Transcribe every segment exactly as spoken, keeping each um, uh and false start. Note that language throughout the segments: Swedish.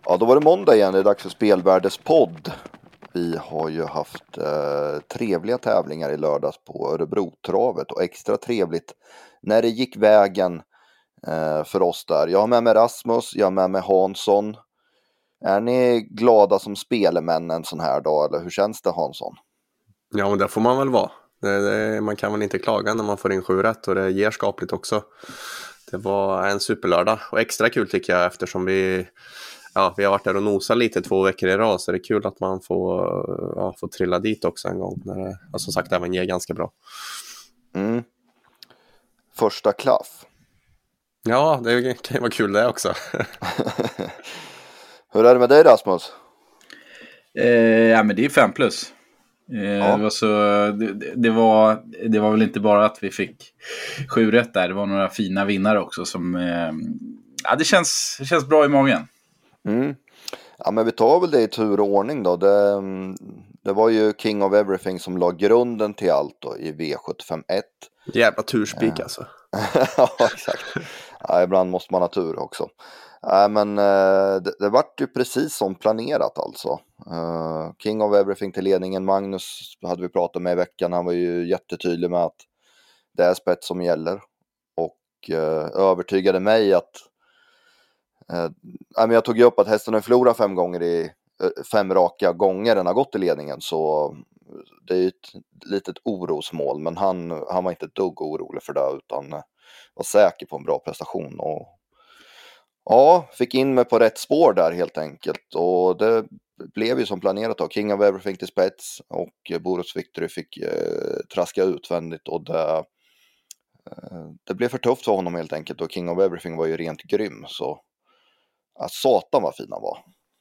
Ja, då var det måndag igen. Det är dags för Spelvärldens podd. Vi har ju haft eh, trevliga tävlingar i lördags på Örebrotravet och extra trevligt när det gick vägen eh, för oss där. Jag har med mig Rasmus, jag har med mig Hansson. Är ni glada som spelemän en sån här dag, eller hur känns det, Hansson? Ja, men det får man väl vara. Det, det, man kan väl inte klaga när man får in sju rätt, och det ger skapligt också. Det var en superlördag och extra kul tycker jag, eftersom vi, ja, vi har varit där och nosat lite två veckor i rad, så det är kul att man får, ja, får trilla dit också en gång när det, ja, som sagt, även ger ganska bra. Mm. Första klass. Ja, det kan vara kul det också. Hur är det med dig, Rasmus? Eh, ja, men det är fem plus. Eh, Ja. det, var så, det, det, var, det var väl inte bara att vi fick sju rätt där. Det var några fina vinnare också som... Eh, ja, det känns, det känns bra i magen. Mm. Ja, men vi tar väl det i tur och ordning då. Det, det var ju King of Everything som la grunden till allt då i V sjuttiofem ett. Jävla turspik ja. Alltså. Ja, exakt. Ja, ibland måste man ha tur också. Ja, men det, det vart ju precis som planerat alltså. Uh, King of Everything till ledningen. Magnus hade vi pratat med i veckan. Han var ju jättetydlig med att det är spets som gäller. Och uh, övertygade mig att uh, ja, men jag tog ju upp att hästen har förlorat fem gånger i uh, fem raka gånger den har gått i ledningen. Så det är ju ett litet orosmål. Men han, han var inte ett dugg orolig för det, utan uh, var säker på en bra prestation. Och ja, fick in mig på rätt spår där helt enkelt. Och det blev ju som planerat då. King of Everything till spets. Och Boros Victory fick eh, traska utvändigt. Och det, eh, det blev för tufft för honom helt enkelt. Och King of Everything var ju rent grym. Så ja, satan vad fin han var.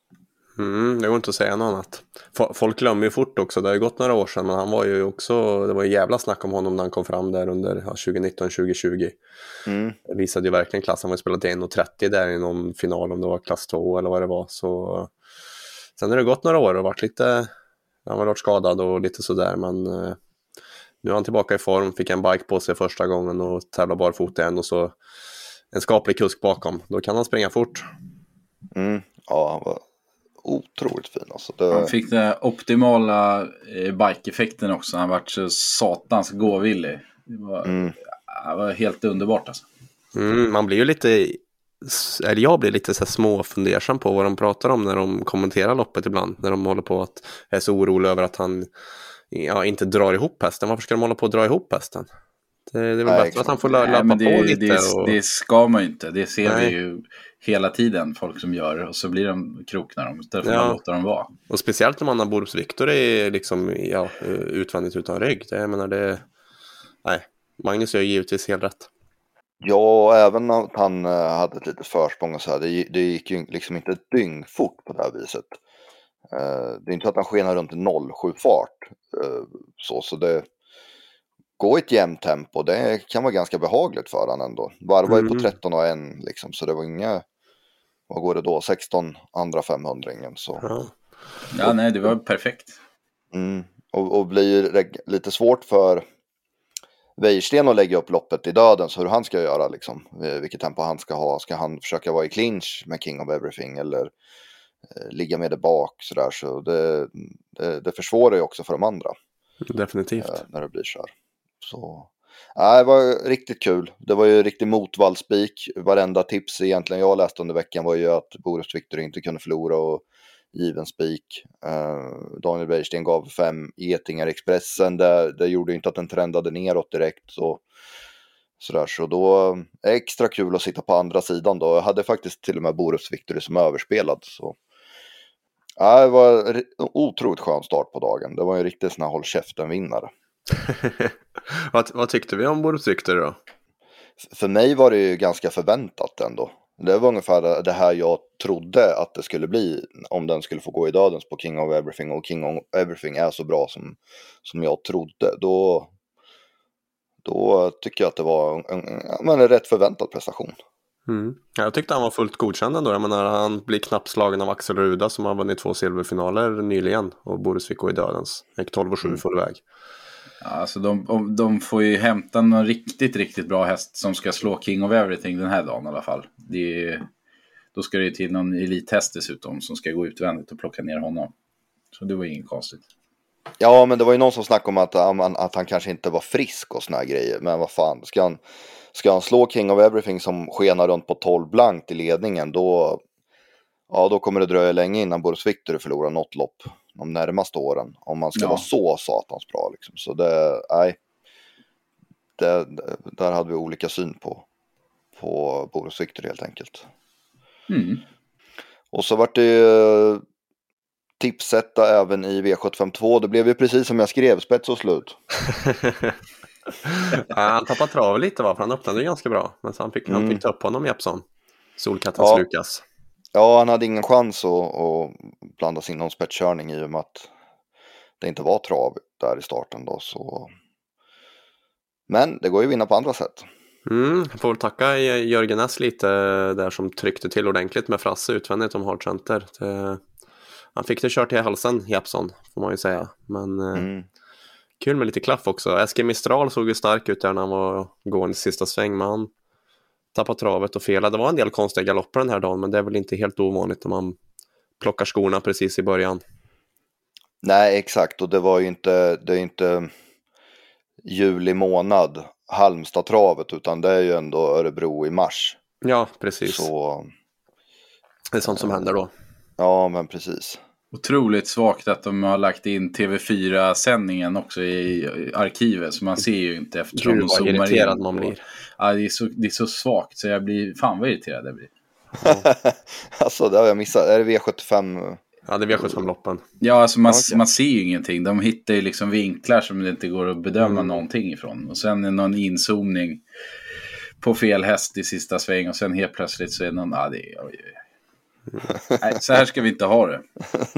Mm, det går inte att säga något annat. Folk glömmer ju fort också. Det har ju gått några år sedan. Men han var ju också... Det var ju jävla snack om honom när han kom fram där under ja, tjugonitton tjugohundratjugo. Mm. Det visade ju verkligen klass. Han var ju spelat en och trettio där i någon final, om det var klass två eller vad det var. Så sen har det gått några år och varit lite, han har varit skadad och lite sådär, men eh, nu är han tillbaka i form, fick en bike på sig första gången och tävlar barfota igen, och så en skaplig kusk bakom, då kan han springa fort. Mm. Ja, han var otroligt fin alltså. Det... Han fick den optimala eh, bike-effekten också. Han var så satans gåvillig. Det var, mm. det var helt underbart alltså. Mm, man blir ju lite, eller jag blir lite så här små fundersam på vad de pratar om när de kommenterar loppet ibland. När de håller på att är så orolig över att han ja, inte drar ihop hästen. Varför ska de hålla på att dra ihop hästen? Det, det är väl Nej, bättre att han får lappa Nej, det, på lite. Det, och... det ska man ju inte. Det ser Nej. vi ju hela tiden, folk som gör. Och så blir de krokna dem. Därför ja. man låter dem vara. Och speciellt när man har Boros Victory liksom, ja, utvändigt utan rygg. Det, jag menar det... Nej, Magnus gör givetvis helt rätt. Ja, även att han hade ett litet försprång och så här, det, det gick ju liksom inte ett dygn fort på det här viset. Det är inte att han skenar runt i noll sju fart. Så, så det går i ett jämnt tempo. Det kan vara ganska behagligt för han ändå. Varvar mm. ju på tretton och en liksom, så det var inga, vad går det då, sexton andra femhundringen så. Ja, ja nej, det var perfekt. Mm. Och, och blir lite svårt för Wäjersten att lägga upp loppet i döden, så hur han ska göra liksom, vilket tempo han ska ha. Ska han försöka vara i clinch med King of Everything eller eh, ligga med det bak sådär, så det, det, det försvårar ju också för de andra. Definitivt. Eh, när det blir så här. Så ja, det var riktigt kul. Det var ju riktigt motvallspik. Varenda tips egentligen jag läste under veckan var ju att Boros Victory inte kunde förlora och given spik. Uh, Daniel Wäjersten gav fem getingar i Expressen. Det, det gjorde inte att den trendade neråt direkt. Så, sådär. Så då extra kul att sitta på andra sidan då. Jag hade faktiskt till och med Boros Victory som överspelad. Så ja, det var en otroligt skön start på dagen. Det var en riktigt sån här håll käften-vinnare. vad, vad tyckte vi om Boros Victory då? F- för mig var det ju ganska förväntat ändå. Det var ungefär det här jag trodde att det skulle bli om den skulle få gå i dödens på King of Everything. Och King of Everything är så bra som, som jag trodde. Då, då tycker jag att det var en, en, en, en rätt förväntad prestation. Mm. Jag tyckte han var fullt godkänd ändå. Jag menar, han blir knappt slagen av Axel Ruda som har vunnit två silverfinaler nyligen. Och Boros fick gå i dödens. Gick tolv och sju mm. full väg. Ja, alltså de, de får ju hämta någon riktigt, riktigt bra häst som ska slå King of Everything den här dagen i alla fall. Det är, då ska det ju till någon elithäst dessutom som ska gå utvändigt och plocka ner honom. Så det var inget konstigt. Ja, men det var ju någon som snackade om att, att han kanske inte var frisk och såna här grejer. Men vad fan, ska han, ska han slå King of Everything som skenar runt på tolv blankt i ledningen, då, ja, då kommer det dröja länge innan Boris Victor förlorar något lopp de närmaste åren. Om man ska ja. vara så satans bra liksom. Så det, nej. Det, det, där hade vi olika syn på, på Boris Victor helt enkelt. Mm. Och så var det tipsetta även i V sjuttiofem två. Det blev ju precis som jag skrev, spets och slut. Ja, han tappade trav lite, va? För han öppnade ganska bra. Men så han fick, mm. han fick ta upp honom, Jeppson. Solkattens ja. Lukas. Ja, han hade ingen chans att, att blanda in någon spetskörning i och med att det inte var trav där i starten då. Så... Men det går ju att vinna på andra sätt. Mm, jag får tacka Jörgen S lite där som tryckte till ordentligt med Frasse utvändigt om Hard Center. Det... Han fick det kört i halsen, Jeppson, får man ju säga. Men mm. eh, kul med lite klaff också. Eske Mistral såg ju stark ut där när han var gående i sista sväng. Men han tappade travet och felade. Det var en del konstiga galopper den här dagen. Men det är väl inte helt ovanligt när man plockar skorna precis i början. Nej, exakt. Och det var ju inte, det är inte juli månad Halmstad-travet. Utan det är ju ändå Örebro i mars. Ja, precis. Så, det är sånt som äh, händer då. Ja, men precis. Otroligt svagt att de har lagt in T V fyra-sändningen också i arkivet. Så man ser ju inte eftersom Gud, de zoomar in. Irriterad man blir. Ja, det är, så, det är så svagt så jag blir fan vad irriterad jag blir. Ja. Alltså, det har jag missat. Är det V sjuttiofem? Ja, det är V sjuttiofem-loppen. Ja, alltså man, okay. man ser ju ingenting. De hittar ju liksom vinklar som det inte går att bedöma mm. någonting ifrån. Och sen är någon inzoomning på fel häst i sista sväng. Och sen helt plötsligt så är någon... Ja, det är... Oj, oj. Nej, så här ska vi inte ha det.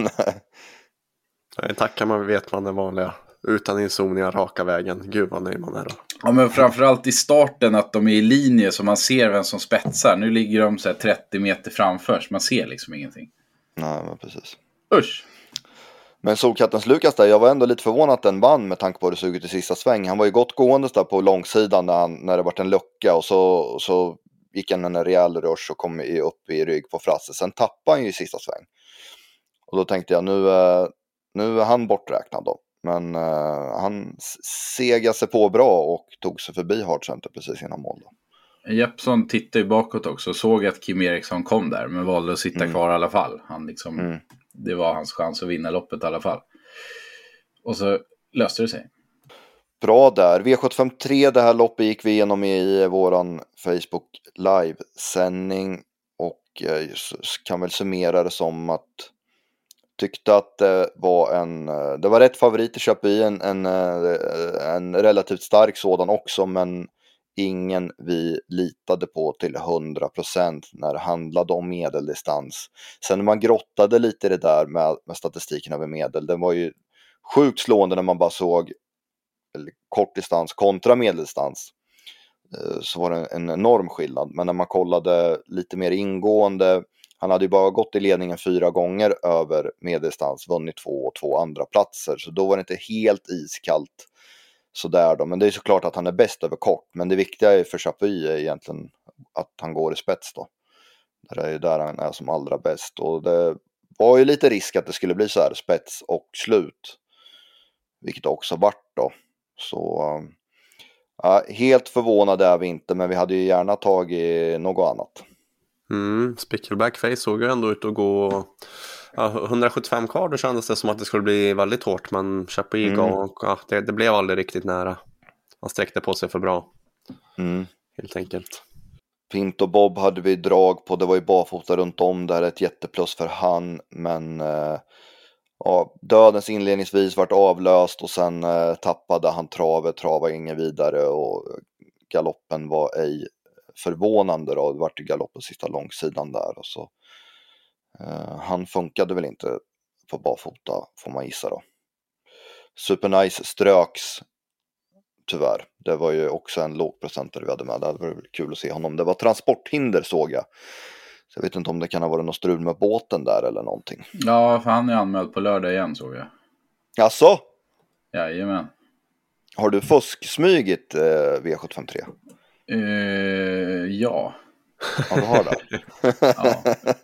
Nej. Tackar man vet man det vanliga. Utan inzoomningar raka vägen. Gud vad nöjd man är då. Ja, men framförallt i starten att de är i linje så man ser vem som spetsar. Nu ligger de så här trettio meter framför så man ser liksom ingenting. Nej, men precis. Usch. Men Solkattens Lukas där, jag var ändå lite förvånad att den vann med tanke på det suget i sista sväng. Han var ju gott gående där på långsidan när, han, när det var en lucka och så... så gick han en rejäl rush och kom upp i rygg på Frasse. Sen tappade han ju i sista sväng. Och då tänkte jag, nu, nu är han borträknad då. Men uh, han segade sig på bra och tog sig förbi Hard Center precis innan mål då. Jeppson tittade ju bakåt också och såg att Kim Eriksson kom där. Men valde att sitta mm. kvar i alla fall. Han liksom, mm. Det var hans chans att vinna loppet i alla fall. Och så löste det sig. Bra där. V sjuttiofem tre, det här loppet gick vi igenom i våran Facebook live-sändning och eh, kan väl summera det som att tyckte att det var en, det var rätt favorit att köpa i en, en, en relativt stark sådan också, men ingen vi litade på till hundra procent när det handlade om medeldistans. Sen när man grottade lite i det där med, med statistiken över medel, det var ju sjukt slående när man bara såg kortdistans kontra medeldistans, så var det en enorm skillnad. Men när man kollade lite mer ingående, han hade ju bara gått i ledningen fyra gånger över medeldistans, vunnit två och två andra platser, så då var det inte helt iskallt sådär då. Men det är såklart att han är bäst över kort, men det viktiga för Chapuis är egentligen att han går i spets då. Det är ju där han är som allra bäst, och det var ju lite risk att det skulle bli så här spets och slut, vilket också vart då. Så ja, helt förvånade är vi inte, men vi hade ju gärna tagit något annat. Mm, Spickleback Face såg ju ändå ut att gå ja, hundrasjuttiofem kvar, då kändes det som att det skulle bli väldigt hårt, men Chapuis mm. och, ja, det, det blev aldrig riktigt nära. Han sträckte på sig för bra. Mm. Helt enkelt. Fint och Bob hade vi drag på, det var ju barfota runt om, det här är ett jätteplus för han, men eh, ja, dödens inledningsvis vart avlöst och sen eh, tappade han travet, travade ingen vidare och galoppen var ej förvånande då, det vart ju galopp på sista långsidan där och så eh, han funkade väl inte på barfota, får man gissa då. Supernice ströks tyvärr, det var ju också en lågprocentare vi hade med, det var kul att se honom, det var transporthinder såg jag. Så jag vet inte om det kan ha varit något strul med båten där eller någonting. Ja, för han är anmäld på lördag igen såg jag. Jaså? Jajamän. Har du fusksmygit eh, V sjuttiofem tre? Uh, ja. Ja, du har det. Ja.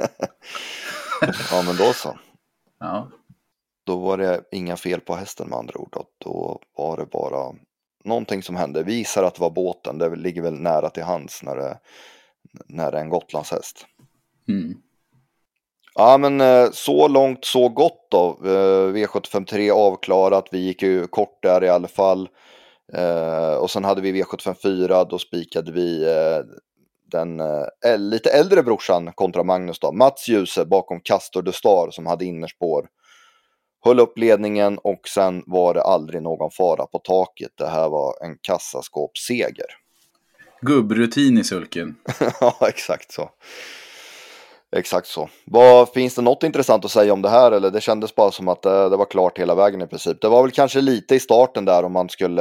Ja, men då så. Ja. Då var det inga fel på hästen med andra ord. Då, då var det bara någonting som hände. Vi gissar att det var båten. Det ligger väl nära till hands när det, när det är en Gotlandshäst. Mm. Ja, men så långt så gott då. V sjuttiofem tre avklarat. Vi gick ju kort där i alla fall. Och sen hade vi V sjuttiofem fyra. Då spikade vi den lite äldre brorsan kontra Magnus då. Mats Djuse bakom Castor de Star som hade innerspår. Höll upp ledningen och sen var det aldrig någon fara på taket. Det här var en kassaskåpsseger. Gubbrutin i sulken. Ja, exakt så. Exakt så. Vad, finns det något intressant att säga om det här? Eller det kändes bara som att det, det var klart hela vägen i princip. Det var väl kanske lite i starten där om man skulle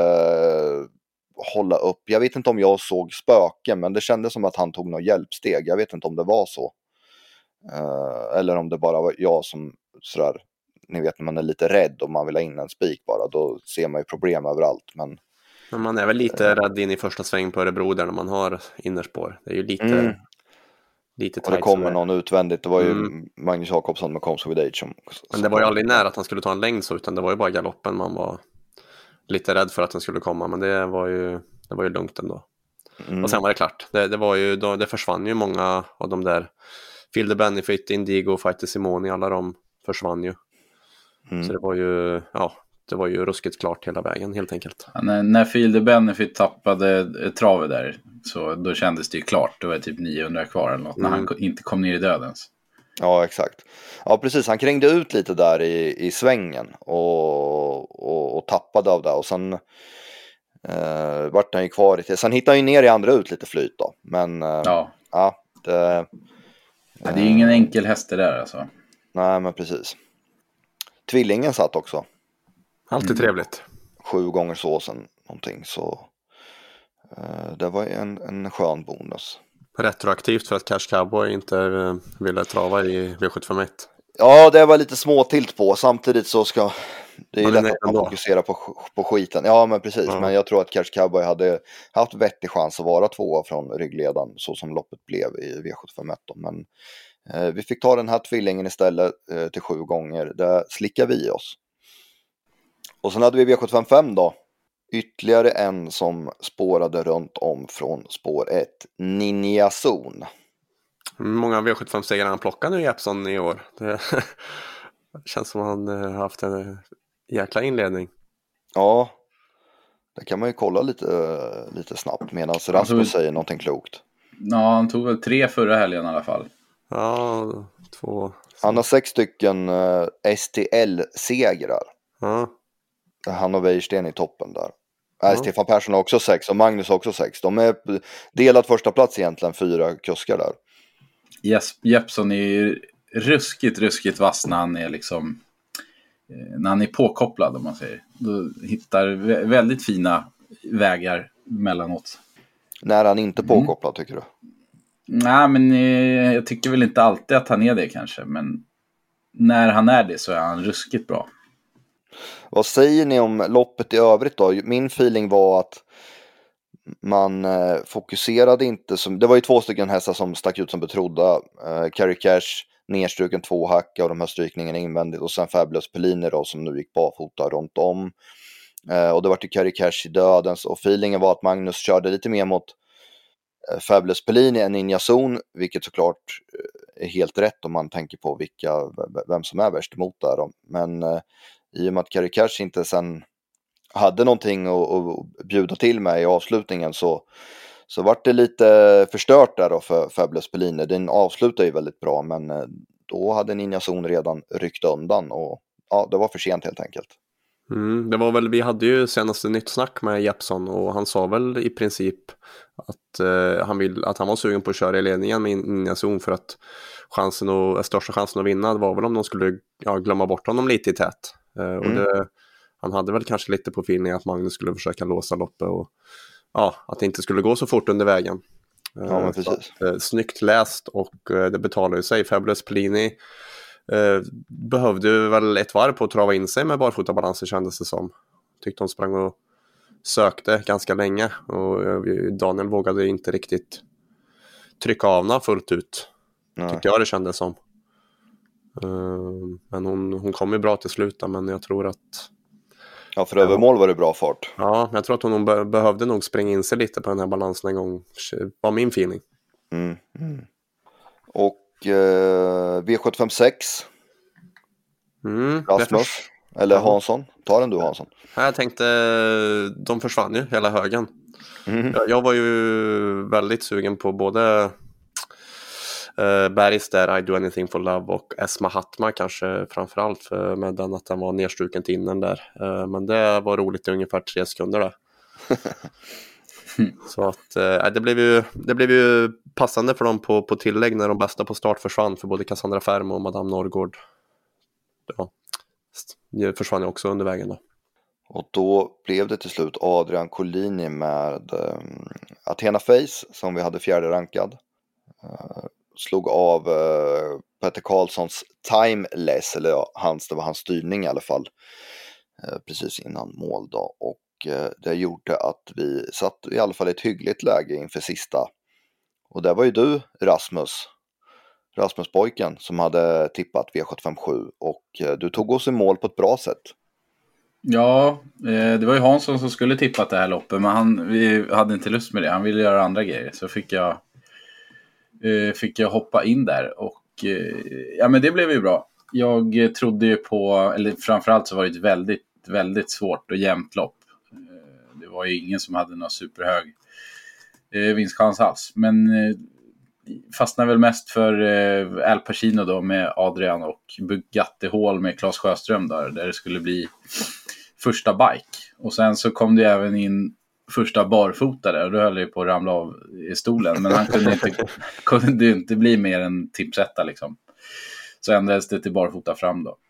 hålla upp. Jag vet inte om jag såg spöken, men det kändes som att han tog något hjälpsteg. Jag vet inte om det var så. Uh, eller om det bara var jag som sådär. Ni vet när man är lite rädd och man vill ha in en spik bara. Då ser man ju problem överallt. Men, men man är väl lite uh, rädd in i första sväng på Örebro där när man har innerspår. Det är ju lite... Mm. Lite och det kommer någon utvändigt. Det var ju mm. Magnus Jakobsson med Comes with Age. Som, men det var ju aldrig nära att han skulle ta en längd så, utan det var ju bara galoppen man var lite rädd för att den skulle komma. Men det var ju, det var ju lugnt ändå. Mm. Och sen var det klart. Det, det, var ju, då, det försvann ju många av de där. Feel the Benefit, Indigo, Fighter Simoni, alla de försvann ju. Mm. Så det var ju, ja, det var ju ruskigt klart hela vägen helt enkelt. Ja, när, när Feel the Benefit tappade travet där, så då kändes det ju klart. Det var typ niohundra kvar eller något, mm. när han inte kom ner i dödens. Ja, exakt. Ja, precis. Han krängde ut lite där i, i svängen och, och, och tappade av det. Och sen eh, vart han ju kvar i. Sen hittade han ju ner i andra ut lite flyt då. Men eh, ja. Ja, det, ja, det är ju ingen enkel häst det där alltså. Nej, men precis. Tvillingen satt också. Alltid mm. trevligt. Sju gånger såsen någonting, så eh, det var en, en skön bonus. Retroaktivt för att Cash Cowboy inte eh, ville trava i V sjuttiofem ett. Ja, det var lite småtilt på. Samtidigt så ska det är ju lätt att man ändå. fokuserar på, på skiten. Ja, men precis. Mm. Men jag tror att Cash Cowboy hade haft vettig chans att vara tvåa från ryggledaren, så som loppet blev i V sjuttiofem ett. Men eh, vi fick ta den här tvillingen istället eh, till sju gånger. Där slickade vi oss. Och sen hade vi V sjuttiofem fem då. Ytterligare en som spårade runt om från spår ett. Ninja Zone. Många V sjuttiofem-segrar han plockar nu i Jeppson i år. Det känns som han har haft en jäkla inledning. Ja, det kan man ju kolla lite, lite snabbt medan Rasmus tog... säger någonting klokt. Ja, han tog väl tre förra helgen i alla fall. Ja, två. Han har sex stycken uh, S T L-segrar. Ja. Han och Weirsten i toppen där. Nej, ja. Stefan Persson har också sex och Magnus har också sex. De är delat första plats egentligen, fyra kuskar där. Yes, Jeppson är ju ruskigt, ruskigt vass när han är liksom när han är påkopplad, om man säger. Då hittar väldigt fina vägar mellanåt. När han inte påkopplad, mm. tycker du? Nej, men eh, jag tycker väl inte alltid att han är det kanske. Men när han är det så är han ruskigt bra. Vad säger ni om loppet i övrigt då? Min feeling var att man eh, fokuserade inte som, det var ju två stycken hästar som stack ut som betrodda. Eh, Carry Cash, nedstruken två hacka och de här strykningarna invändigt. Och sen Fabulous Pellini då som nu gick barfota runt om. Eh, och det var till Carry Cash i dödens. Och feelingen var att Magnus körde lite mer mot eh, Fabulous Pellini än Ninja Zone. Vilket såklart eh, är helt rätt om man tänker på vilka, vem som är värst emot där då. Men eh, i och med att Carry Cash inte sen hade någonting att, att bjuda till med i avslutningen så, så var det lite förstört där då för Fabulous Pellini. Den avslutade ju väldigt bra, men då hade Ninja Zone redan ryckt undan och ja, det var för sent helt enkelt. Mm, det var väl, vi hade ju senaste nytt snack med Jeppson och han sa väl i princip att, eh, han, vill, att han var sugen på att köra i ledningen med Ninja Zone för att chansen och, största chansen att vinna var väl om de skulle ja, glömma bort honom lite i tät. Eh, och mm. det, han hade väl kanske lite på feeling att Magnus skulle försöka låsa loppet och ja, att det inte skulle gå så fort under vägen. Ja, men precis. Att, eh, snyggt läst och eh, det betalar ju sig. Fabulous Pellini eh, behövde väl ett varv på att trava in sig med barfotabalanser, kändes det som. Tyckte hon sprang och sökte ganska länge och eh, Daniel vågade inte riktigt trycka av henne fullt ut. Nej. Tyckte jag det kändes som. Men hon, hon kom ju bra till slut, men jag tror att... Ja, för övermål var det bra fart. Ja, jag tror att hon be- behövde nog springa in sig lite på den här balansen en gång. Var min feeling. Mm, mm. Och eh, V sjuttiofem-sex. Mm, Rasmus. Eller ja. Hansson. Ta den du, Hansson. Jag tänkte, de försvann ju hela högen. Mm. Jag, jag var ju väldigt sugen på både uh, Bergs där I Do Anything For Love och Esma Hatma kanske framförallt för, med den att den var nedstruken till innan där. Uh, men det var roligt i ungefär tre sekunder där. Så att uh, det, blev ju, det blev ju passande för dem på, på tillägg när de bästa på start försvann för både Cassandra Färm och Madame Norrgård. Ja, det försvann ju också under vägen då. Och då blev det till slut Adrian Collini med um, Athena Face som vi hade fjärde rankad. Uh, slog av uh, Petter Karlssons Timeless, eller ja, hans, det var hans styrning i alla fall. Uh, precis innan mål då. Och uh, det gjorde att vi satt i alla fall i ett hyggligt läge inför sista. Och det var ju du, Rasmus. Rasmus-pojken som hade tippat V sjuttiofem sju. Och uh, du tog oss i mål på ett bra sätt. Ja, det var ju Hansson som skulle tippa det här loppet, men han, vi hade inte lust med det. Han ville göra andra grejer, så fick jag, fick jag hoppa in där. Och ja, men det blev ju bra. Jag trodde ju på, eller framförallt så var det ett väldigt, väldigt svårt och jämnt lopp. Det var ju ingen som hade någon superhög vinstchans alls. Men fastnade väl mest för Al Pacino då med Adrian och Bugatti Hall med Claes Sjöström där, där det skulle bli första bike. Och sen så kom det även in första barfota där och då höll jag på att ramla av i stolen. Men han kunde inte, kunde inte bli mer än tipsetta liksom. Så ändrades det till barfota fram då.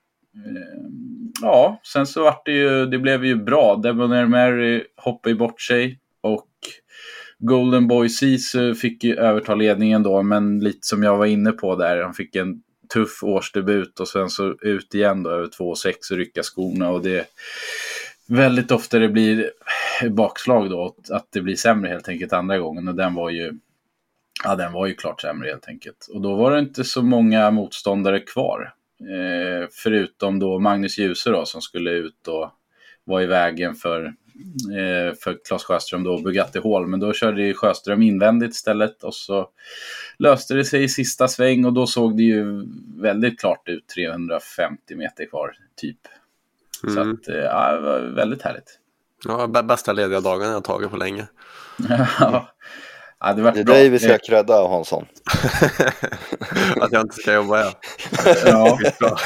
Ja, sen så var det ju, det blev ju bra. Debonair Mary hoppade bort sig och Golden Boy Ceesay fick ju överta ledningen då, men lite som jag var inne på där, han fick en tuff årsdebut och sen så ut igen då över två sex och rycka skorna, och det väldigt ofta det blir bakslag då, att det blir sämre helt enkelt andra gången, och den var ju ja, den var ju klart sämre helt enkelt. Och då var det inte så många motståndare kvar, eh, förutom då Magnus Djuse då som skulle ut och var i vägen för för Claes Sjöström då, Bugatti Hall, men då körde ju Sjöström invändigt istället och så löste det sig i sista sväng och då såg det ju väldigt klart ut, trehundrafemtio meter kvar typ. Mm. Så att ja, det var väldigt härligt. Ja, bästa lediga dagen jag har tagit på länge. Ja. Ja, det, var det är bra. dig vi ska credda, Hansson. Att jag inte ska jobba, ja. Ja.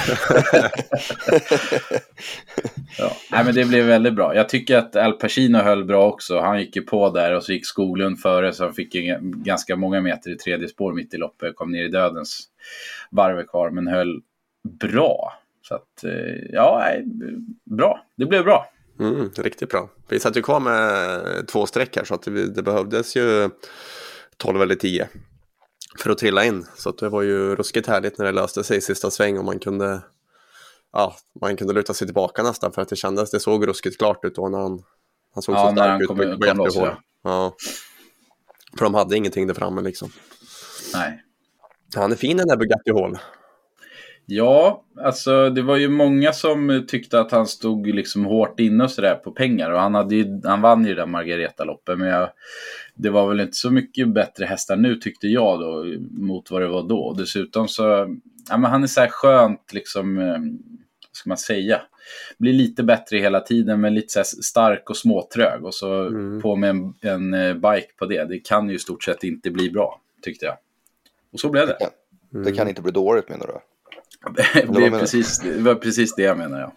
Ja. Nej, men det blev väldigt bra. Jag tycker att Al Pacino höll bra också. Han gick ju på där och så gick Skoglund före, så han fick ju ganska många meter i tredje spår mitt i loppet. Kom ner i dödens varv kvar, men höll bra. Så att, ja, bra. Det blev bra. Mm, riktigt bra. Vi satt ju kvar med två streck här, så att det, det behövdes ju tolv eller tio för att trilla in. Så att det var ju ruskigt härligt när det löste sig i sista sväng och man kunde, ja, man kunde luta sig tillbaka nästan, för att det kändes, det såg ruskigt klart ut då när han, han såg ja, så stark ut. Kom, på, kom loss, ja. Ja. För de hade ingenting där framme liksom. Nej. Han är fin den där Bugatti Hall. Ja, alltså det var ju många som tyckte att han stod liksom hårt inne och sådär på pengar, och han, hade ju, han vann ju den Margareta-loppen, men jag, det var väl inte så mycket bättre hästar nu tyckte jag då mot vad det var då. Dessutom så, ja, men han är så här skönt liksom, eh, vad ska man säga, blir lite bättre hela tiden, men lite så här stark och småtrög, och så mm. på med en, en bike på det, det kan ju i stort sett inte bli bra tyckte jag. Och så blev det. Mm. Det kan inte bli dåligt, menar du? Det, det, är precis, det var precis det jag menar, ja.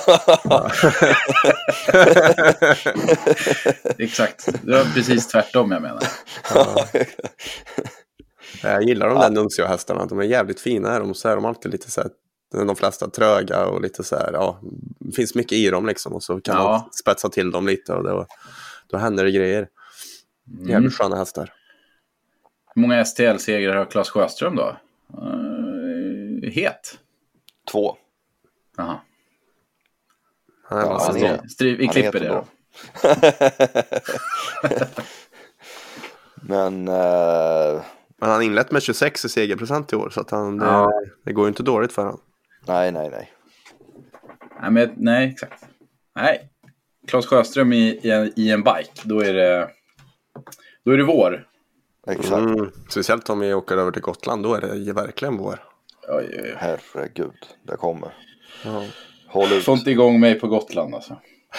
Exakt, det var precis tvärtom jag menar. Ja. Jag gillar de där Nuncio-hästarna, de är jävligt fina. De så är de alltid lite så här, de flesta tröga och lite så här, ja, det finns mycket i dem liksom, och så kan ja. man spetsa till dem lite och då, då händer det grejer. Jävligt mm. sköna hästar. Hur många S T L-segrar har Claes Sjöström då? Uh, het. Två. Jaha. Han ja, han är, Stri- vi klipper det då. Men uh, Men han inlett med tjugosex i segerprocent i år, så att han, Ja. det, det går ju inte dåligt för honom. Nej, nej, nej. Nej, men, nej exakt. Nej. Claes Sjöström i, i, en, i en bike, då är det då är det vår. Exakt. Mm, speciellt om vi åker över till Gotland, då är det ju verkligen vår. Oj, oj, oj. Herregud, det kommer. Ja. Håll ut. Får inte igång mig på Gotland alltså.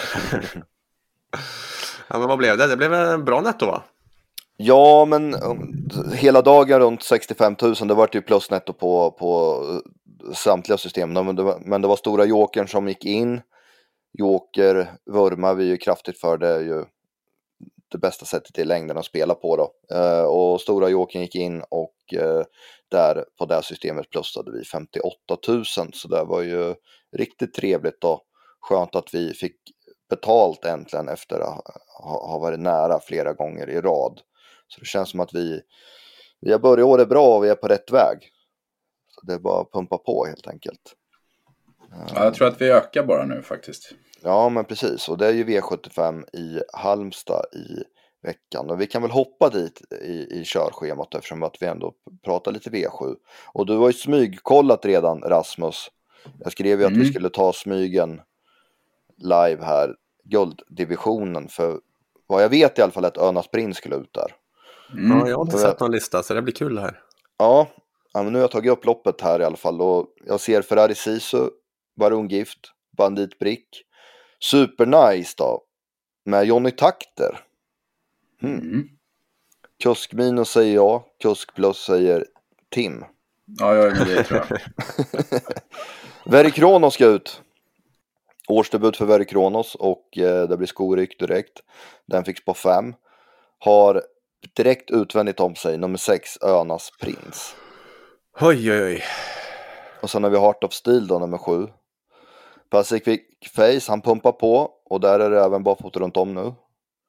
Ja, men vad blev det? Det blev en bra netto, va? Ja, men um, hela dagen runt sextiofem tusen, det var ju plusnetto på, på samtliga system. Men det, var, men det var stora jokern som gick in. Joker vurmar vi ju kraftigt för, det är ju det bästa sättet i längden att spela på då. Uh, och stora jokern gick in och uh, där på det systemet plussade vi femtioåtta tusen. Så det var ju riktigt trevligt och skönt att vi fick betalt äntligen efter att ha, ha varit nära flera gånger i rad. Så det känns som att vi, vi har börjat året bra och vi är på rätt väg. Så det är bara att pumpa på helt enkelt. Ja, jag tror att vi ökar bara nu faktiskt. Ja, men precis. Och det är ju V sjuttiofem i Halmstad i veckan. Och vi kan väl hoppa dit i, i körschemat eftersom att vi ändå pratar lite V sju. Och du har ju smygkollat redan, Rasmus. Jag skrev ju att Mm. vi skulle ta smygen live här. Gulddivisionen. För vad jag vet i alla fall att Önas Prins skulle ut där. Mm. Ja, jag har inte sett någon lista, så det blir kul det här. Ja, ja, men nu har jag tagit upp loppet här i alla fall. Och jag ser Ferrari Sisu, Barongift, Bandit Brick. Super nice då. Med Johnny Takter. Hmm. Mm. Kusk minus säger jag. Kusk plus säger Tim. Ja, jag är med det tror jag. Very Kronos ska ut. Årsdebut för Very Kronos. Och eh, det blir skoryck direkt. Den fick på fem. Har direkt utvändigt om sig nummer sex, Önas Prins. Oj, oj, oj. Och sen har vi Heart of Steel då, nummer sju. Pacific Face, han pumpar på. Och där är det även barfota runt om nu.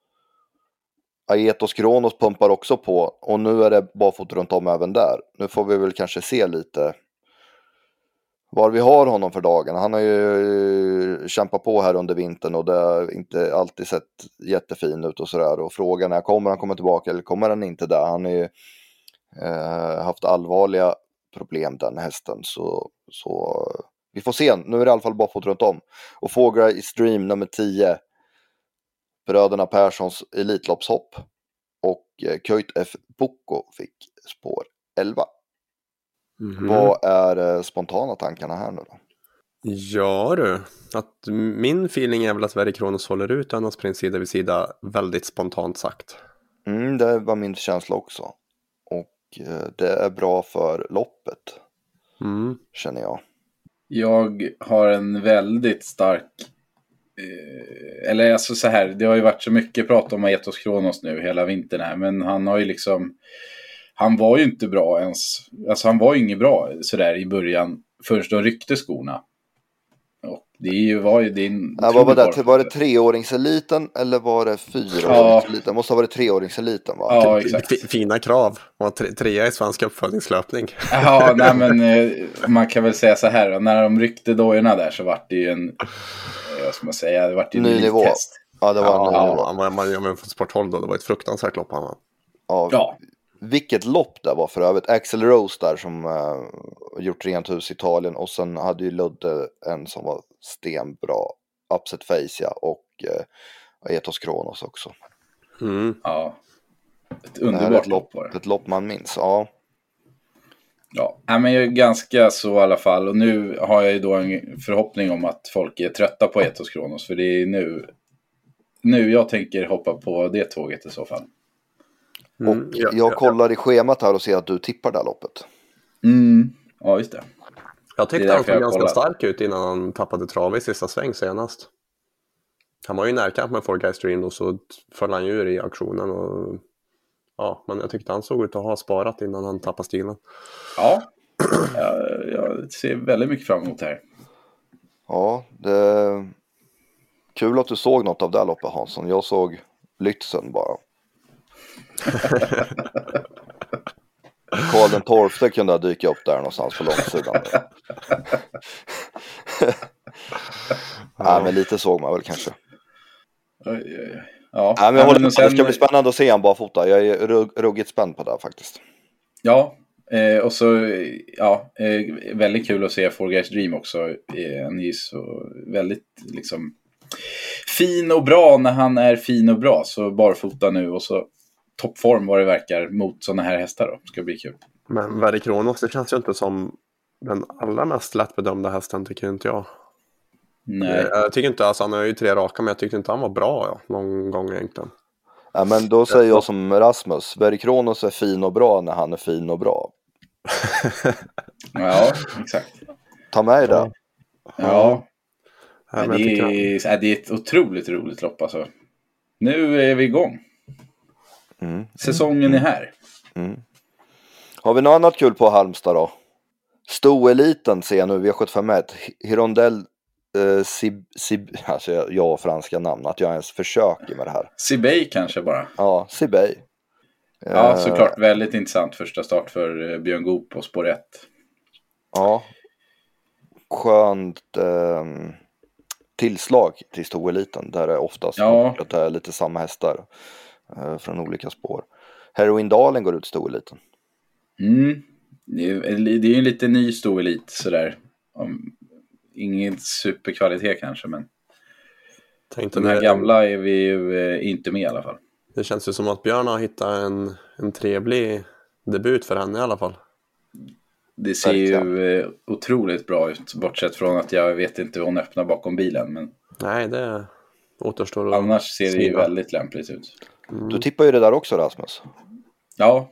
Aetos Kronos pumpar också på. Och nu är det barfota runt om även där. Nu får vi väl kanske se lite var vi har honom för dagen. Han har ju kämpat på här under vintern. Och det har inte alltid sett jättefin ut och sådär. Och frågan är, kommer han komma tillbaka eller kommer han inte där? Han har ju eh, haft allvarliga problem den hästen. Så... så vi får se, nu är det i alla fall bara fått runt om. Och Fåglar i stream nummer tio. Bröderna Perssons elitloppshopp. Och eh, Köjt F. Boko fick spår elva. Mm-hmm. Vad är eh, spontana tankarna här nu då? Ja du, att min feeling är väl att Very Kronos håller ut Önas Prins sida vid sida, väldigt spontant sagt. Mm, det var min känsla också. Och eh, det är bra för loppet. Mm. Känner jag. Jag har en väldigt stark eh, eller alltså så här, det har ju varit så mycket prat om Aetos Kronos nu hela vintern här, men han har ju liksom han var ju inte bra ens, alltså han var ju inget bra sådär i början först de ryckte skorna. Och det är ju, var ju din ja, vad var det? Var det treåringseliten eller var det fyraåringseliten? Ja. Måste ha varit treåringseliten, va? Ja, exakt. F- fina krav. Och tre, trea i svensk uppföljningslöpning. Ja, nej men eh, man kan väl säga så här, när de ryckte dojorna där så vart det ju en, vad ska man säga, det vart ju en ny nivå. test. Ja, det var en ja, ny nivå. Ja, man, man, man, från sporthåll då, det var ett fruktansvärt lopp han. Ja. Ja. Vilket lopp det var för övrigt. Axel Rose där som uh, gjort rent hus i Italien. Och sen hade ju Ludde en som var stenbra. Upset Face, ja. Och uh, Aetos Kronos också. Mm. Ja. Ett Det här är underbart ett lopp, var det. ett lopp man minns, ja. Ja, men jag är ganska så i alla fall. Och nu har jag ju då en förhoppning om att folk är trötta på Aetos Kronos. För det är nu, nu jag tänker hoppa på det tåget i så fall. Och Mm, ja, jag ja, kollar ja. i schemat här och ser att du tippar det här loppet. Mm, ja just det. Jag tyckte Det är han därför såg jag ganska kollar. stark ut innan han tappade trav i sista sväng senast. Han var ju i närkamp med Four Guys Dream och så föll han ju ur i auktionen. Och, ja, men jag tyckte han såg ut att ha sparat innan han tappade stilen. Ja, jag, jag ser väldigt mycket fram emot det här. Ja, det är kul att du såg något av det här loppet, Hansson. Jag såg Lützen bara. Karl den tolfte kunde dyka upp där någonstans på långsidan. Nej, men lite såg man väl kanske. Oj, oj, oj. Ja, Nej, men jag håller med. sen... Det ska bli spännande att se han bara fota. Jag är rugg, ruggigt spänd på det här, faktiskt. Ja, eh, och så ja, eh, väldigt kul att se Four Guys Dream också. Eh, han är ju så väldigt liksom fin och bra när han är fin och bra. Så barfota nu och så toppform vad det verkar mot sådana här hästar då. Ska bli kul. Men Very Kronos, det känns ju inte som den allra mest lättbedömda hästen, tycker inte jag. Nej. Jag tycker inte, alltså han är ju tre raka, men jag tyckte inte han var bra ja, någon gång egentligen. Ja, men då säger jag som Rasmus, Very Kronos är fin och bra när han är fin och bra. Ja, exakt. Ta med det. Ja. Ja, Ja, men det, jag tycker är, det är ett otroligt roligt lopp alltså. Nu är vi igång. Mm. Säsongen är här. Mm. Har vi något annat kul på Halmstad då? Stoeliten ser jag nu, V sjuttiofem ett. Hirondell eh, Sib, Sib, alltså jag, jag har franska namn, att jag ens försöker med det här. Sibey kanske bara. Ja, Sibey. Ja, Eh, såklart. Väldigt intressant första start för Björn Goop på spår ett. Ja. Skönt eh, tillslag till Stoeliten, där det oftast Ja. att det är lite samma hästar eh, från olika spår. Heroindalen går ut Stoeliten. Mm. Det är, det är ju en lite ny stoelit sådär. Om, ingen superkvalitet kanske, men tänkte de här det, gamla är vi ju eh, inte med i alla fall. det känns ju som att Björn har hittat en, en trevlig debut för henne i alla fall. Det ser ju eh, otroligt bra ut, bortsett från att jag vet inte hur hon öppnar bakom bilen. Men Nej, det återstår att annars ser det ju skriva. väldigt lämpligt ut. Mm. Du tippar ju det där också, Rasmus. Ja.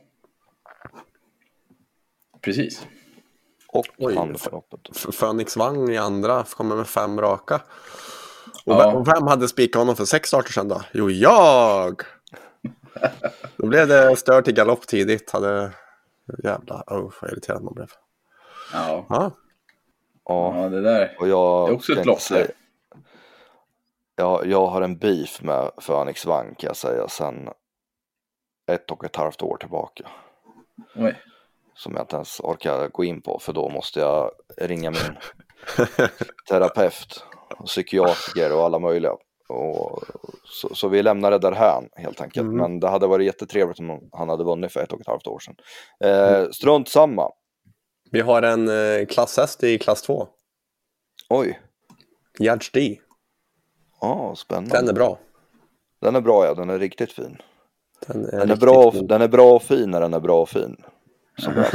Precis. Och Oj, handförloppet. F- Phoenix Wang i andra kommer med fem raka. Och, Ja. vem, och vem hade spikat honom för sex starter sedan då? Jo, jag! Då blev det stört till galopp tidigt. Hade... Jävla, oh, vad irriterad man blev. Ja. Ja. Ja, Ja, det där. och jag Det är också ska ett inte lopp säga- där. jag, jag har en beef med Phoenix Wang, kan jag säga, sen ett och ett halvt år tillbaka. Oj. Som jag inte ens orkar gå in på, för då måste jag ringa min terapeut och psykiatriker och alla möjliga. Och så, så vi lämnar det där här helt enkelt. Mm. Men det hade varit jättetrevligt om han hade vunnit för ett och ett halvt år sedan. Eh, strunt samma. Vi har en eh, klasshäst i klass två. Oj, Judge D. ja, spännande. Den är bra. Den är bra, ja, den är riktigt fin. Den är, Den är, riktigt bra, god. den är bra och fin när den är bra och fin. Som jag.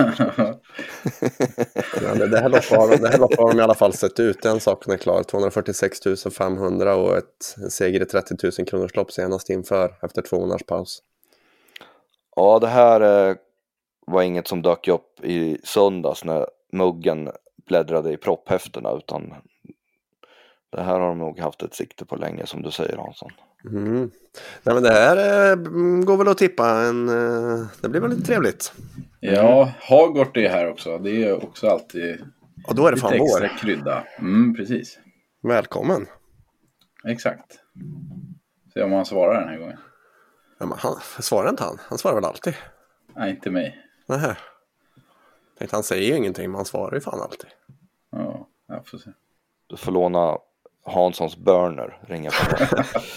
Ja, det, det här loppet har, det här loppet har de i alla fall sett ut. Den saken är klar. tvåhundrafyrtiosex tusen femhundra och ett en seger i trettio tusen kronors lopp senast inför efter två månaders paus. Ja, det här eh, var inget som dök upp i söndags när Muggen bläddrade i propphäfterna, utan det här har de nog haft ett sikte på länge, som du säger, Hansson. Mm. Nej, men det här eh, går väl att tippa. En, eh, det blir väl lite trevligt. Ja, Hagort är här också. Det är också alltid Och då är det lite fan extra vår. krydda. Mm, precis. Välkommen. Exakt. Se om han svarar den här gången. Ja, men han svarar inte han. Han svarar väl alltid. Nej, inte mig. Nähä. Tänkte han säger ju ingenting, men han svarar ju fan alltid. Ja, jag får se. Du får låna Hanssons burner, ringa på.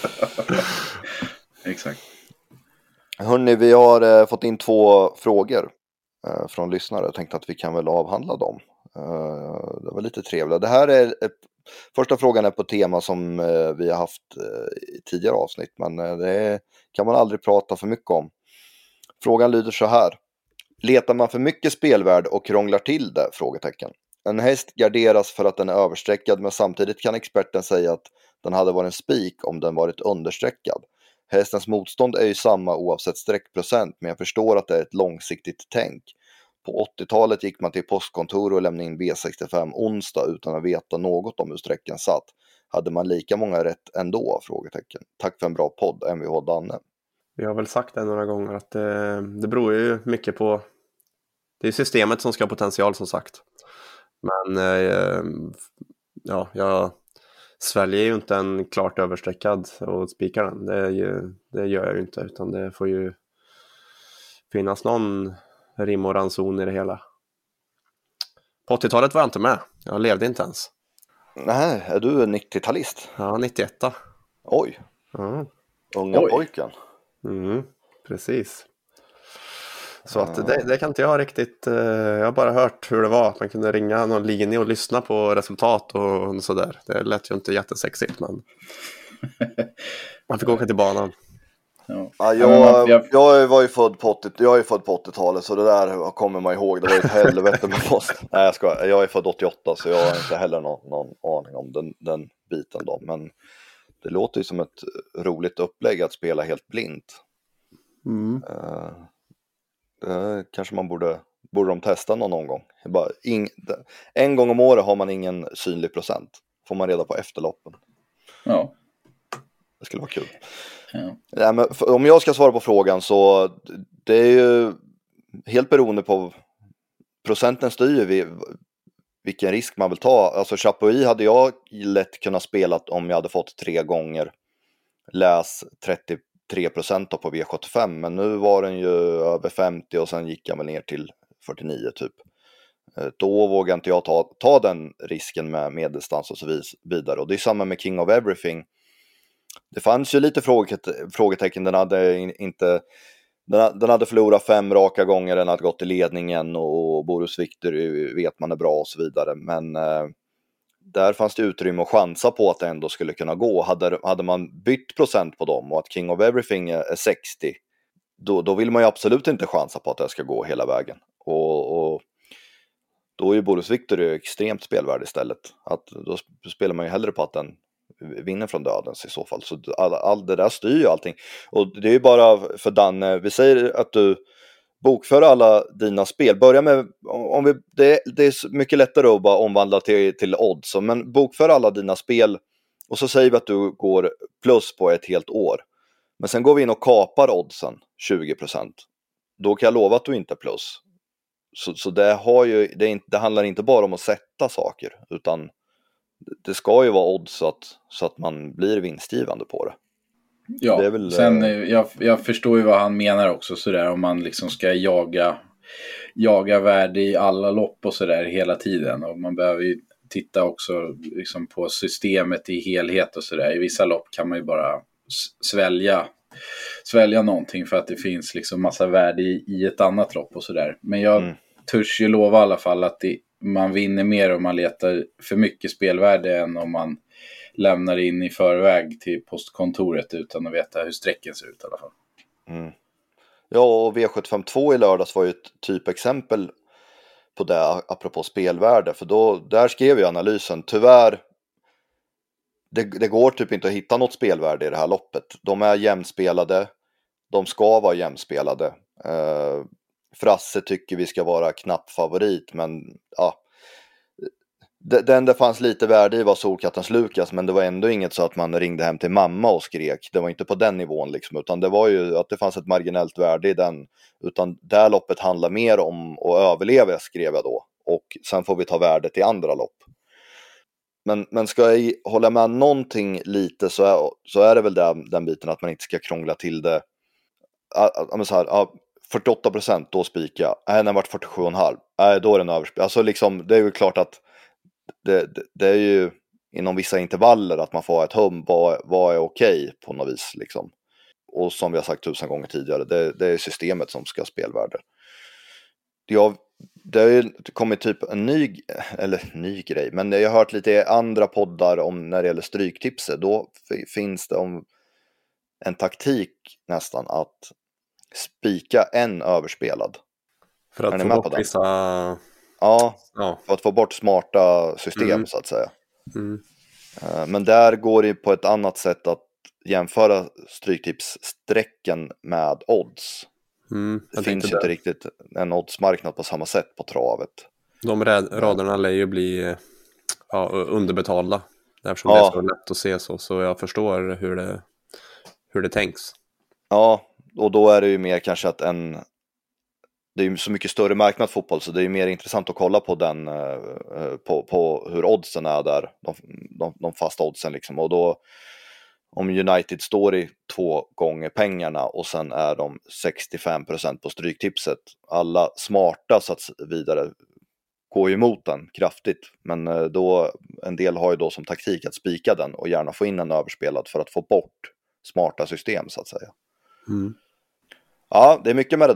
Exakt. Hörrni, vi har eh, fått in två frågor eh, från lyssnare. Jag tänkte att vi kan väl avhandla dem. Eh, det var lite trevligt. Det här är ett, första frågan är på tema som eh, vi har haft eh, i tidigare avsnitt, men eh, det är, kan man aldrig prata för mycket om. Frågan lyder så här: letar man för mycket spelvärd och krånglar till det? Frågetecken. En häst garderas för att den är överstreckad, men samtidigt kan experten säga att den hade varit en spik om den varit understreckad. Hästens motstånd är ju samma oavsett streckprocent, men jag förstår att det är ett långsiktigt tänk. På åttiotalet gick man till postkontor och lämnade in B sextiofem onsdag utan att veta något om hur sträckan satt. Hade man lika många rätt ändå? Frågetecken. Tack för en bra podd, M V H Danne. Vi har väl sagt det några gånger att det, det beror ju mycket på, det är systemet som ska ha potential som sagt. Men eh, ja, jag sväljer ju inte en klart överstreckad och spikar den. Det, är ju, det gör jag ju inte, utan det får ju finnas någon rim och ranson i det hela. På åttiotalet var jag inte med. Jag levde inte ens. Nej, är du en nittiotalist? Ja, nittioett. Oj, Ja. unga Oj. pojken. Mm, precis. Så att det, det kan inte jag riktigt, jag har bara hört hur det var, att man kunde ringa någon linje och lyssna på resultat och sådär. Det lät ju inte jättesexigt, men man fick åka till banan. Ja. Ja, jag, jag var ju född på åttio, jag är född på åttiotalet, så det där kommer man ihåg. Det var ju ett helvete med post. Nej, jag ska, jag är född åttioåtta, så jag har inte heller någon, någon aning om den, den biten då. Men det låter ju som ett roligt upplägg att spela helt blint. Mm. Uh, det kanske man borde, borde de testa någon, någon gång. Bara ing, en gång om året har man ingen synlig procent. Får man reda på efterloppen. Ja. Det skulle vara kul. Ja. Ja, men för, om jag ska svara på frågan, så det är ju helt beroende på procenten styr vi vilken risk man vill ta. Alltså Chapuis hade jag lätt kunnat spela om jag hade fått tre gånger läs trettiotre procent på V sjuttiofem, men nu var den ju över femtio och sen gick jag väl ner till fyrtionio typ. Då vågar inte jag ta, ta den risken med medeldistans och så vidare. Och det är samma med King of Everything. Det fanns ju lite frågetecken. Den hade inte den hade förlorat fem raka gånger, den hade gått i ledningen och Boris Victor vet man är bra och så vidare. Men eh, där fanns det utrymme att chansa på att det ändå skulle kunna gå. Hade, hade man bytt procent på dem och att King of Everything är sextio, då, då vill man ju absolut inte chansa på att det ska gå hela vägen. Och, och då är ju Boris Victor extremt spelvärd istället. Att, då spelar man ju hellre på att den vinner från dödens i så fall. Så all, all det där styr ju allting. Och det är ju bara för Danne, vi säger att du bokför alla dina spel. Börja med, om vi, det, det är mycket lättare att bara omvandla till, till odds. Men bokför alla dina spel och så säger vi att du går plus på ett helt år. Men sen går vi in och kapar oddsen tjugo procent. Då kan jag lova att du inte är plus. Så, så det, har ju, det, är inte, det handlar inte bara om att sätta saker, utan det ska ju vara odds så att, så att man blir vinstgivande på det. Ja, det är väl, sen jag, jag förstår ju vad han menar också sådär, om man liksom ska jaga, jaga värde i alla lopp och sådär hela tiden. Och man behöver ju titta också liksom på systemet i helhet och sådär. I vissa lopp kan man ju bara svälja, svälja någonting för att det finns liksom massa värde i, i ett annat lopp och sådär. Men jag mm. törs ju lova i alla fall att det, man vinner mer om man letar för mycket spelvärde än om man lämnar in i förväg till postkontoret utan att veta hur sträcken ser ut i alla fall. Mm. Ja, och V sjuttiofem två i lördags var ju ett typexempel på det, apropå spelvärde. För då, där skrev ju analysen, tyvärr, det, det går typ inte att hitta något spelvärde i det här loppet. De är jämnspelade, de ska vara jämnspelade. Uh, Frasse tycker vi ska vara knapp favorit, men ja, den det fanns lite värde i var Solkattens Lukas, men det var ändå inget så att man ringde hem till mamma och skrek. Det var inte på den nivån liksom, utan det var ju att det fanns ett marginellt värde i den. Utan det här loppet handlar mer om att överleva, skrev jag då, och sen får vi ta värdet i andra lopp. Men, men ska jag hålla med någonting lite, så är, så är det väl den, den biten att man inte ska krångla till det. Ja, så här, fyrtioåtta procent, då spikar jag. Nej, den har varit fyrtiosju komma fem. Nej, då är den överspel. Alltså liksom, det är ju klart att det, det, det är ju inom vissa intervaller att man får ha ett hum. Vad, vad är okej på något vis liksom. Och som vi har sagt tusen gånger tidigare, det, det är systemet som ska ha spelvärde. Jag, det har ju kommit typ en ny, eller ny grej, men jag har hört lite i andra poddar om när det gäller stryktipset. Då finns det om en taktik nästan att spika en överspelad. För att få bort vissa... Ja, ja, för att få bort smarta system mm. så att säga. Mm. Men där går det på ett annat sätt att jämföra stryktipssträcken med odds. Mm, det finns ju inte riktigt en oddsmarknad på samma sätt på travet. De raderna lär ju bli ja, underbetalda. Eftersom ja. det är så lätt att se så. Så jag förstår hur det, hur det tänks. Ja, och då är det ju mer kanske att en... Det är ju så mycket större marknad fotboll, så det är ju mer intressant att kolla på den på, på hur oddsen är där, de, de, de fasta oddsen liksom. Och då om United står i två gånger pengarna och sen är de sextiofem procent på stryktipset, alla smarta så att vidare går ju emot den kraftigt, men då en del har ju då som taktik att spika den och gärna få in en överspelad för att få bort smarta system så att säga. Mm. Ja, det är mycket med det där.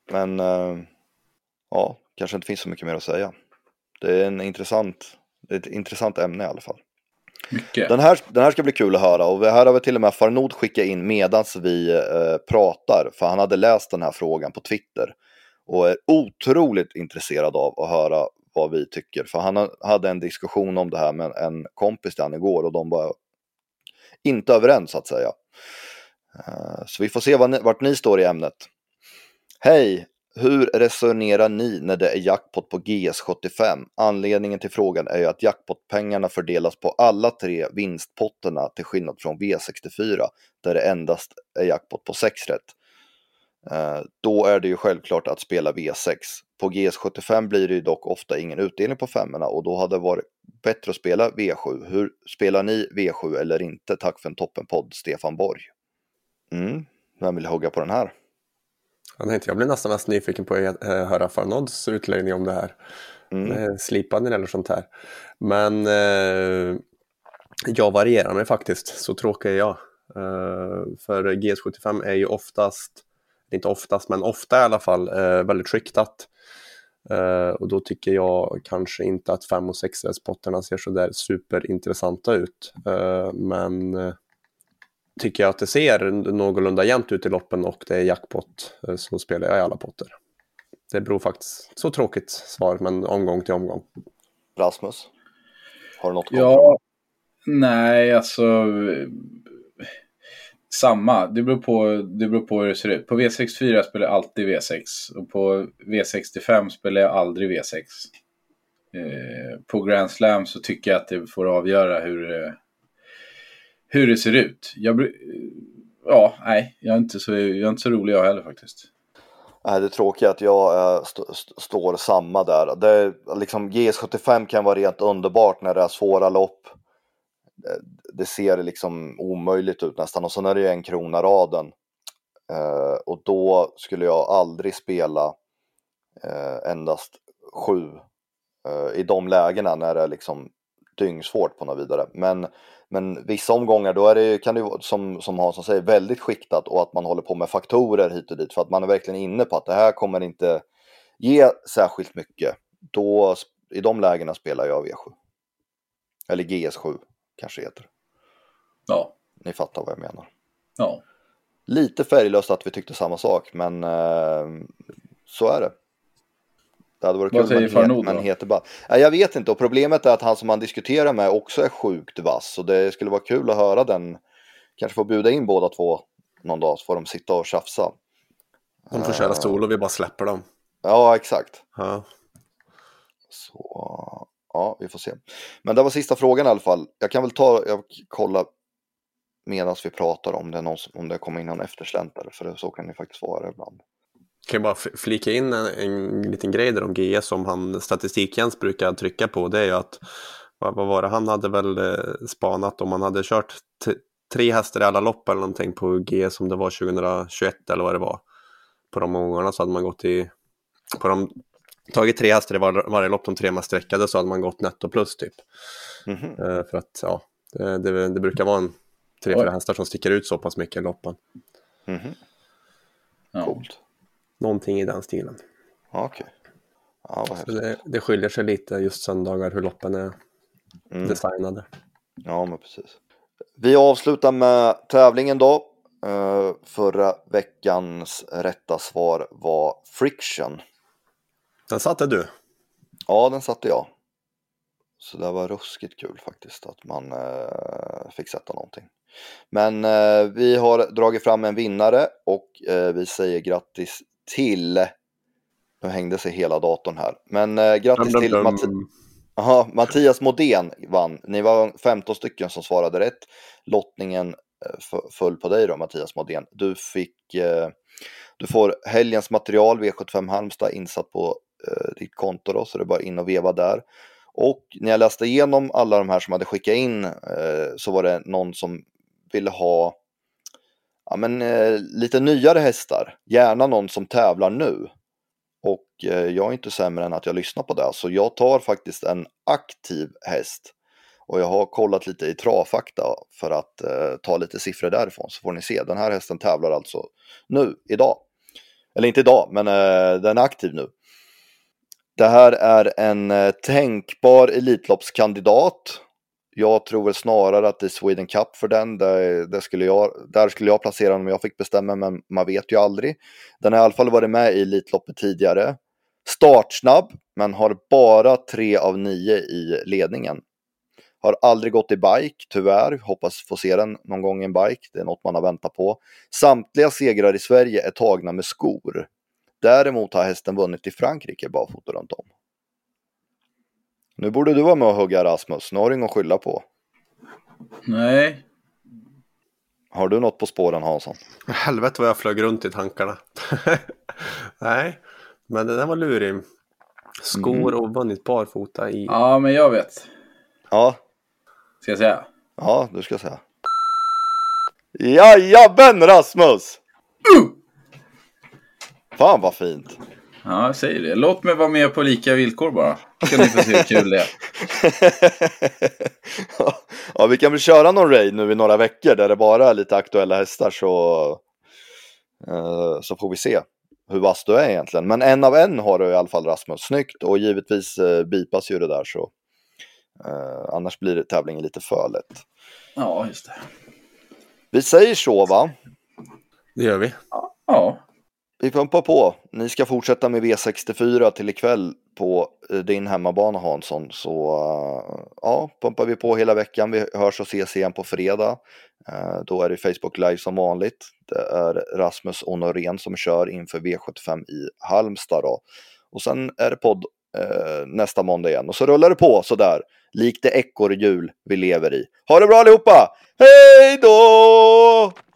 Men uh, ja, kanske inte finns så mycket mer att säga. Det är en intressant, det är ett intressant ämne i alla fall. Mycket. Den här, den här ska bli kul att höra. Och här har vi till och med Farnod skickat in medans vi uh, pratar. För han hade läst den här frågan på Twitter. Och är otroligt intresserad av att höra vad vi tycker. För han hade en diskussion om det här med en kompis till han igår. Och de var inte överens så att säga. Så vi får se vad ni, vart ni står i ämnet. Hej, hur resonerar ni när det är jackpot på G S sjuttiofem? Anledningen till frågan är ju att jackpotpengarna fördelas på alla tre vinstpotterna till skillnad från V sextiofyra där det endast är jackpot på sex rätt. Då är det ju självklart att spela V sex. På G S sjuttiofem blir det ju dock ofta ingen utdelning på femmorna och då hade det varit bättre att spela V sju. Hur spelar ni V sju eller inte? Tack för en toppenpodd, Stefan Borg. Mm, vem vill hugga på den här? Jag tänkte, jag blir nästan mest nyfiken på att höra Farnods utläggning om det här. Mm. Slipande eller sånt här. Men eh, jag varierar mig faktiskt, så tråkig är jag. Eh, för G S sjuttiofem är ju oftast, inte oftast men ofta i alla fall, eh, väldigt skiktat. Uh, och då tycker jag kanske inte att fem- och sexrättspotterna ser så där superintressanta ut. Uh, men uh, tycker jag att det ser någorlunda jämnt ut i loppen och det är jackpot, uh, så spelar jag i alla potter. Det beror faktiskt, så tråkigt svar, men omgång till omgång. Rasmus, har du något? Ja, nej alltså samma, det beror på, det beror på hur det ser ut. På V sextiofyra spelar jag alltid V sex och på V sextiofem spelar jag aldrig V sex. Eh, på Grand Slam så tycker jag att det får avgöra hur, hur det ser ut. Jag, ja, nej, jag är inte så, jag är inte så rolig jag heller faktiskt. Nej, det är tråkigt att jag äh, st- st- står samma där. Det är, liksom, G S sjuttiofem kan vara rent underbart när det är svåra lopp. Det ser liksom omöjligt ut nästan. Och så är det ju en krona raden. Uh, och då skulle jag aldrig spela uh, endast sju uh, i de lägena när det är liksom dyngsvårt på något vidare. Men, men vissa omgångar då är det, kan det ju som, som Hansson säger väldigt skiktat och att man håller på med faktorer hit och dit. För att man är verkligen inne på att det här kommer inte ge särskilt mycket. Då, i de lägena spelar jag V sju. Eller G S sju kanske heter. Ja. Ni fattar vad jag menar. Ja. Lite färglöst att vi tyckte samma sak, men eh, så är det. Det hade varit vad kul säger men, men heter bara. Nej, jag vet inte, och problemet är att han som man diskuterar med också är sjukt vass. Så det skulle vara kul att höra den. Kanske få bjuda in båda två någon dag så får de sitta och tjafsa. De får köra stol och vi bara släpper dem. Ja, exakt. Ja. Så ja, vi får se. Men det var sista frågan i alla fall. Jag kan väl ta, jag kolla medan vi pratar om det, någon, om det kommer in någon eftersläntare. För så kan det faktiskt vara ibland. Kan jag bara flika in en, en liten grej där om G S som han statistikjens brukar trycka på. Det är ju att, vad, vad var det, han hade väl eh, spanat om man hade kört t- tre hästar i alla lopp eller någonting på G S som det var tjugohundratjugoett eller vad det var. På de många så hade man gått i, på de, tagit tre hästar i var, varje lopp, de tre mest sträckade, så hade man gått netto plus typ. Mm-hmm. Eh, för att ja, det, det, det brukar vara en tre, fyra hästar som sticker ut så pass mycket i loppen. Mm-hmm. Ja. Coolt. Någonting i den stilen. Okej. Okay. Ja, vad häftigt. Det, det skiljer sig lite just söndagar hur loppen är mm. designade. Ja, men precis. Vi avslutar med tävlingen då. Uh, förra veckans rätta svar var Friction. Den satte du? Ja, den satte jag. Så det var ruskigt kul faktiskt att man uh, fick sätta någonting. Men uh, vi har dragit fram en vinnare och uh, vi säger grattis till, nu hängde sig hela datorn här, men uh, grattis dum, dum, dum. till Matti- Aha, Mattias Modén vann. Ni var femton stycken som svarade rätt. Lottningen uh, föll på dig då, Mattias Modén. Du fick uh, du får helgens material V sjuttiofem Halmstad insatt på uh, ditt konto då, så det är bara in och veva där. Och när jag läste igenom alla de här som hade skickat in uh, så var det någon som ville ha ja, men, uh, lite nyare hästar. Gärna någon som tävlar nu. Och uh, jag är inte sämre än att jag lyssnar på det. Så jag tar faktiskt en aktiv häst. Och jag har kollat lite i travfakta för att uh, ta lite siffror därifrån. Så får ni se. Den här hästen tävlar alltså nu, idag. Eller inte idag, men uh, den är aktiv nu. Det här är en uh, tänkbar Elitloppskandidat. Jag tror väl snarare att det är Sweden Cup för den. Där, där, skulle jag, där skulle jag placera den om jag fick bestämma, men man vet ju aldrig. Den har i alla fall varit med i Elitloppet tidigare. Startsnabb, men har bara tre av nio i ledningen. Har aldrig gått i bike, tyvärr. Hoppas få se den någon gång i en bike. Det är något man har väntat på. Samtliga segrar i Sverige är tagna med skor. Däremot har hästen vunnit i Frankrike barfota runt om. Nu borde du vara med och hugga, Rasmus. Nu har du inget att skylla på. Nej. Har du något på spåren, Hansson? Helvete vad jag flög runt i tankarna. Nej, men det där var lurig. Skor och vunnit barfota i... Ja, men jag vet. Ja. Ska jag säga? Ja, du ska säga. Jajamän, Rasmus! Uh! Fan vad fint. Ja, jag säger det. Låt mig vara med på lika villkor bara. Kan ni få se hur kul det är. Ja, vi kan väl köra någon raid nu i några veckor där det bara är lite aktuella hästar, så, uh, så får vi se hur vass du är egentligen. Men en av en har du i alla fall, Rasmus. Snyggt, och givetvis uh, bipas ju det där, så uh, annars blir det tävlingen lite för lätt. Ja, just det. Vi säger så, va? Det gör vi. Ja. Ja. Vi pumpar på. Ni ska fortsätta med V sextiofyra till ikväll på din hemmabana, Hansson. Så ja, pumpar vi på hela veckan. Vi hörs och ses igen på fredag. Då är det Facebook Live som vanligt. Det är Rasmus Honorén som kör inför V sjuttiofem i Halmstad då. Och sen är det podd eh, nästa måndag igen. Och så rullar det på sådär. Likt det ekorrhjul vi lever i. Ha det bra allihopa! Hej då!